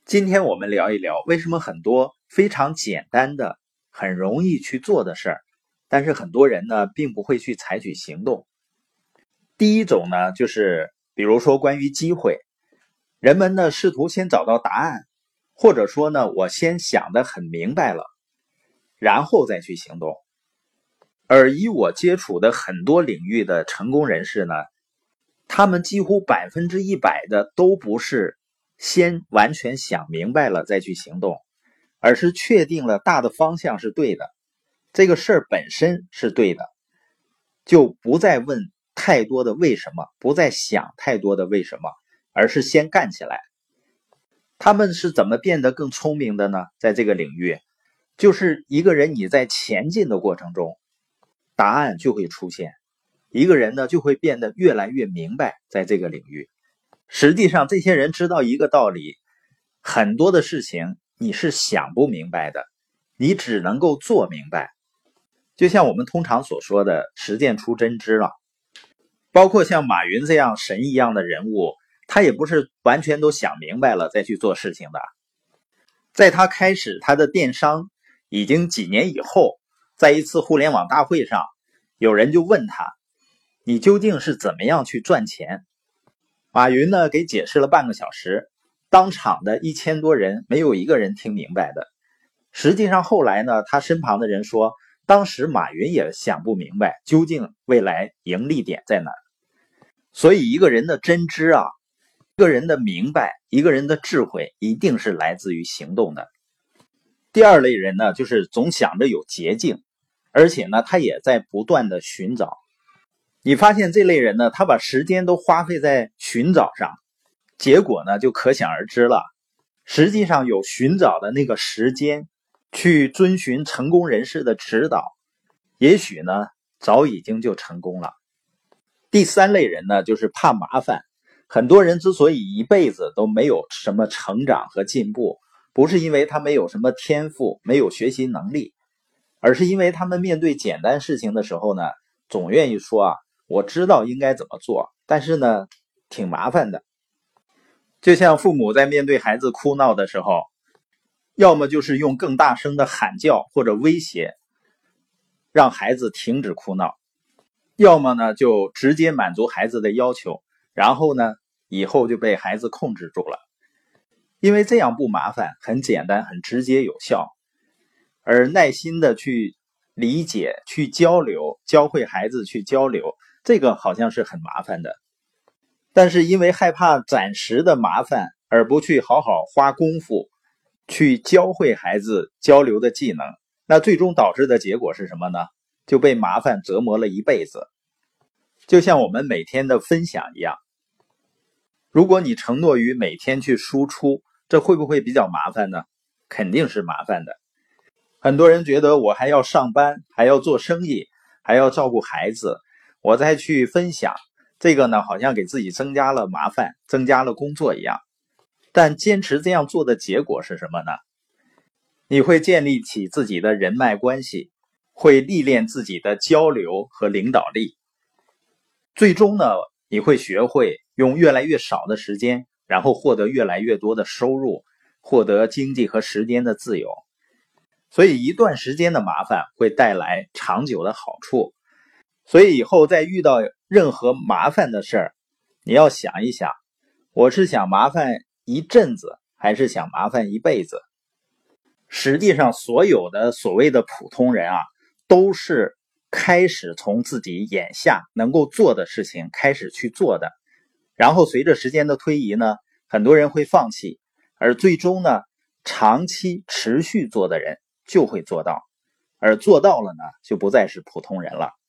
今天我们聊一聊为什么很多非常简单的、很容易去做的事儿，但是很多人呢并不会去采取行动。第一种呢，就是比如说关于机会，人们呢试图先找到答案，或者说呢我先想得很明白了，然后再去行动。而以我接触的很多领域的成功人士呢，他们几乎100%的都不是先完全想明白了再去行动，而是确定了大的方向是对的，这个事儿本身是对的，就不再问太多的为什么，不再想太多的为什么，而是先干起来。他们是怎么变得更聪明的呢？在这个领域，就是一个人你在前进的过程中，答案就会出现，一个人呢就会变得越来越明白在这个领域。实际上这些人知道一个道理，很多的事情你是想不明白的，你只能够做明白。就像我们通常所说的实践出真知了。包括像马云这样神一样的人物，他也不是完全都想明白了再去做事情的。在他开始他的电商已经几年以后，在一次互联网大会上，有人就问他，你究竟是怎么样去赚钱？马云呢给解释了半个小时，当场的1000多人没有一个人听明白的。实际上后来呢，他身旁的人说，当时马云也想不明白究竟未来盈利点在哪儿。所以一个人的真知啊，一个人的明白，一个人的智慧一定是来自于行动的。第二类人呢，就是总想着有捷径，而且呢他也在不断的寻找。你发现这类人呢，他把时间都花费在寻找上，结果呢就可想而知了。实际上有寻找的那个时间，去遵循成功人士的指导，也许呢早已经就成功了。第三类人呢，就是怕麻烦。很多人之所以一辈子都没有什么成长和进步，不是因为他没有什么天赋，没有学习能力，而是因为他们面对简单事情的时候呢，总愿意说我知道应该怎么做，但是呢挺麻烦的。就像父母在面对孩子哭闹的时候，要么就是用更大声的喊叫或者威胁，让孩子停止哭闹，要么呢就直接满足孩子的要求，然后呢以后就被孩子控制住了。因为这样不麻烦，很简单，很直接有效。而耐心的去理解，去交流，教会孩子去交流，这个好像是很麻烦的。但是因为害怕暂时的麻烦，而不去好好花功夫去教会孩子交流的技能，那最终导致的结果是什么呢？就被麻烦折磨了一辈子。就像我们每天的分享一样，如果你承诺于每天去输出，这会不会比较麻烦呢？肯定是麻烦的。很多人觉得我还要上班，还要做生意，还要照顾孩子，我再去分享，这个呢好像给自己增加了麻烦，增加了工作一样。但坚持这样做的结果是什么呢？你会建立起自己的人脉关系，会历练自己的交流和领导力。最终呢，你会学会用越来越少的时间，然后获得越来越多的收入，获得经济和时间的自由。所以一段时间的麻烦会带来长久的好处。所以以后再遇到任何麻烦的事儿，你要想一想，我是想麻烦一阵子，还是想麻烦一辈子？实际上所有的所谓的普通人都是开始从自己眼下能够做的事情开始去做的，然后随着时间的推移呢，很多人会放弃，而最终呢，长期持续做的人就会做到，而做到了呢，就不再是普通人了。